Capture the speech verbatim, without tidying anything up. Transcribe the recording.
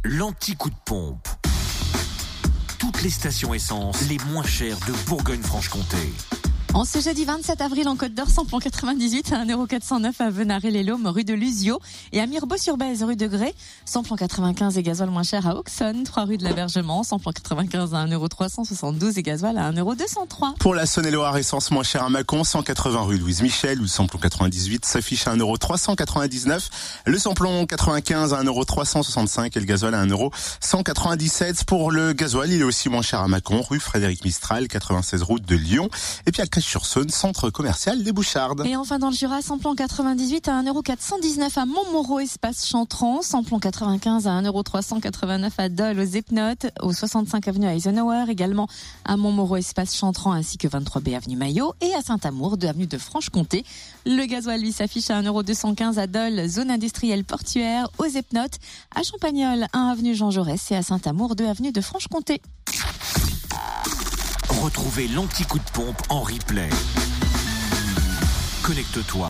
l'anti-coup de pompe. Toutes les stations essence les moins chères de Bourgogne-Franche-Comté. En ce jeudi vingt-sept avril, en Côte d'Or, samplon quatre-vingt-dix-huit à un euro quatre cent neuf à Venaré-les-Laumes, rue de Luzio, et à Mirebeau-sur-Bèze, rue de Grès. Samplon quatre-vingt-quinze et gasoil moins cher à Auxonne, trois rue de l'Abergement. Samplon quatre-vingt-quinze à un euro trois cent soixante-douze et gasoil à un euro deux cent trois. Pour la Saône-et-Loire, essence moins chère à Mâcon, cent quatre-vingts rue Louise Michel, où le samplon quatre-vingt-dix-huit s'affiche à un euro trois cent quatre-vingt-dix-neuf. Le samplon quatre-vingt-quinze à un euro trois cent soixante-cinq et le gasoil à un euro cent quatre-vingt-dix-sept. Pour le gasoil, il est aussi moins cher à Mâcon, rue Frédéric Mistral, quatre-vingt-seize route de Lyon. Et puis à Crèche-sur-Saône, centre commercial des Bouchardes. Et enfin dans le Jura, samplon quatre-vingt-dix-huit à un euro quatre cent dix-neuf à Montmoreau, espace Chantran. Samplon quatre-vingt-quinze à un euro trois cent quatre-vingt-neuf à Dole, aux Epnotes, au soixante-cinq avenue Eisenhower, également à Montmoreau, espace Chantran, ainsi que vingt-trois B avenue Maillot, et à Saint-Amour, deux avenue de Franche-Comté. Le gasoil, lui, s'affiche à un euro deux cent quinze à Dole, zone industrielle portuaire, aux Epnotes, à Champagnole, un avenue Jean Jaurès, et à Saint-Amour, deux avenue de Franche-Comté. Retrouvez l'anti-coup de pompe en replay. Connecte-toi